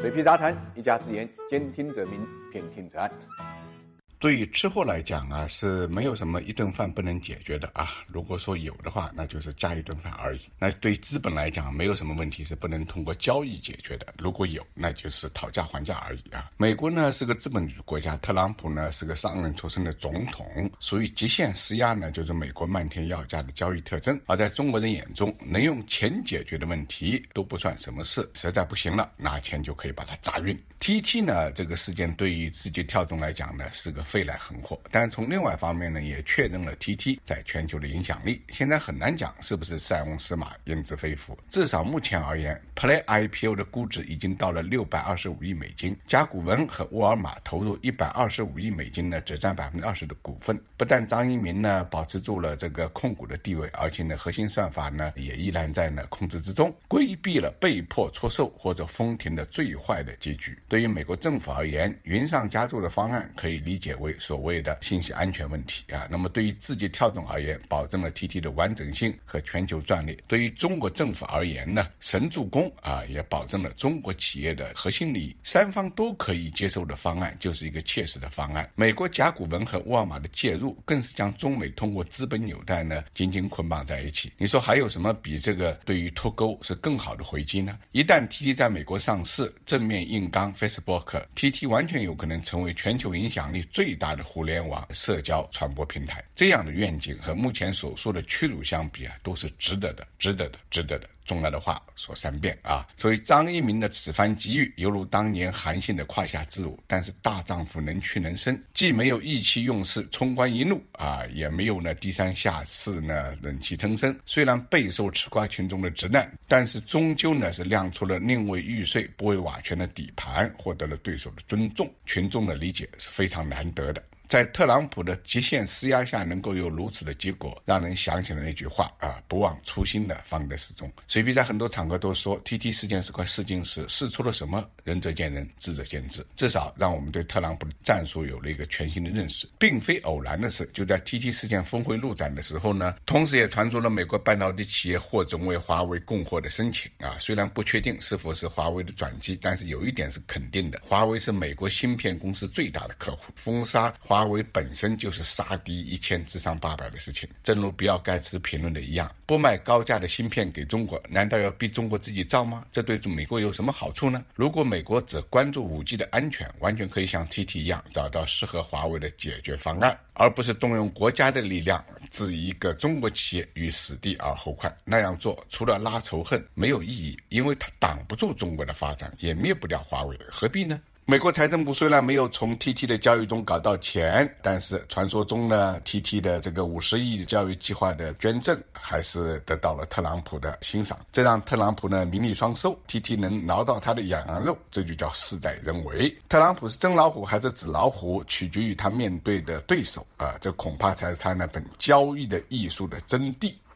水皮杂谈，一家之言，兼听则明，偏听则暗。 对于吃货来讲啊，是没有什么一顿饭不能解决的啊。如果说有的话，那就是加一顿饭而已。那对于资本来讲，没有什么问题是不能通过交易解决的。如果有，那就是讨价还价而已啊。美国呢是个资本主义国家，特朗普呢是个商人出身的总统，所以极限施压呢就是美国漫天要价的交易特征。而在中国人眼中，能用钱解决的问题都不算什么事，实在不行了，拿钱就可以把它砸晕。TT 呢这个事件对于字节跳动来讲呢是个飞来横祸，但是从另外一方面呢，也确认了 TT 在全球的影响力。现在很难讲是不是塞翁失马焉知非福，至少目前而言 Play IPO 的估值已经到了625亿美金，甲骨文和沃尔玛投入125亿美金呢，只占 20% 的股份。不但张一鸣呢保持住了这个控股的地位，而且呢核心算法呢也依然在控制之中，规避了被迫出售或者封停的最坏的结局。对于美国政府而言，云上加注的方案可以理解为所谓的信息安全问题啊。那么对于字节跳动而言，保证了 TT 的完整性和全球战略。对于中国政府而言呢，神助攻啊，也保证了中国企业的核心利益。三方都可以接受的方案，就是一个切实的方案。美国甲骨文和沃尔玛的介入，更是将中美通过资本纽带呢紧紧捆绑在一起。你说还有什么比这个对于脱钩是更好的回击呢？一旦 TT 在美国上市，正面硬刚 Facebook，TT 完全有可能成为全球影响力最大的互联网社交传播平台。这样的愿景和目前所说的屈辱相比啊，都是值得的。重要的话说3遍啊！所以张一鸣的此番机遇，犹如当年韩信的胯下之辱。但是大丈夫能屈能伸，既没有意气用事冲冠一怒啊，也没有低三下四忍气吞声。虽然备受吃瓜群众的指难，但是终究是亮出了宁为玉碎不为瓦全的底盘，获得了对手的尊重，群众的理解是非常难得的。在特朗普的极限施压下能够有如此的结果，让人想起了那句话啊，不忘初心的方得始终。水皮在很多场合都说 TT 事件是块试金石，试出了什么，仁者见仁，智者见智，至少让我们对特朗普的战术有了一个全新的认识。并非偶然的是，就在 TT 事件峰回路转的时候呢，同时也传出了美国半导体企业获准为华为供货的申请啊。虽然不确定是否是华为的转机，但是有一点是肯定的，华为是美国芯片公司最大的客户，封杀华为本身就是杀敌1000智商800的事情。正如比尔盖茨评论的一样，不卖高价的芯片给中国，难道要逼中国自己造吗？这对美国有什么好处呢？如果美国只关注 5G 的安全，完全可以像 TT 一样找到适合华为的解决方案，而不是动用国家的力量置一个中国企业于死地而后快。那样做除了拉仇恨没有意义，因为它挡不住中国的发展，也灭不掉华为，何必呢？美国财政部虽然没有从 TT 的交易中搞到钱，但是传说中呢 TT 的这个50亿教育计划的捐赠还是得到了特朗普的欣赏，这让特朗普名利双收。 TT 能挠到他的痒痒肉，这就叫事在人为。特朗普是真老虎还是纸老虎，取决于他面对的对手啊，这恐怕才是他那本交易的艺术的真谛。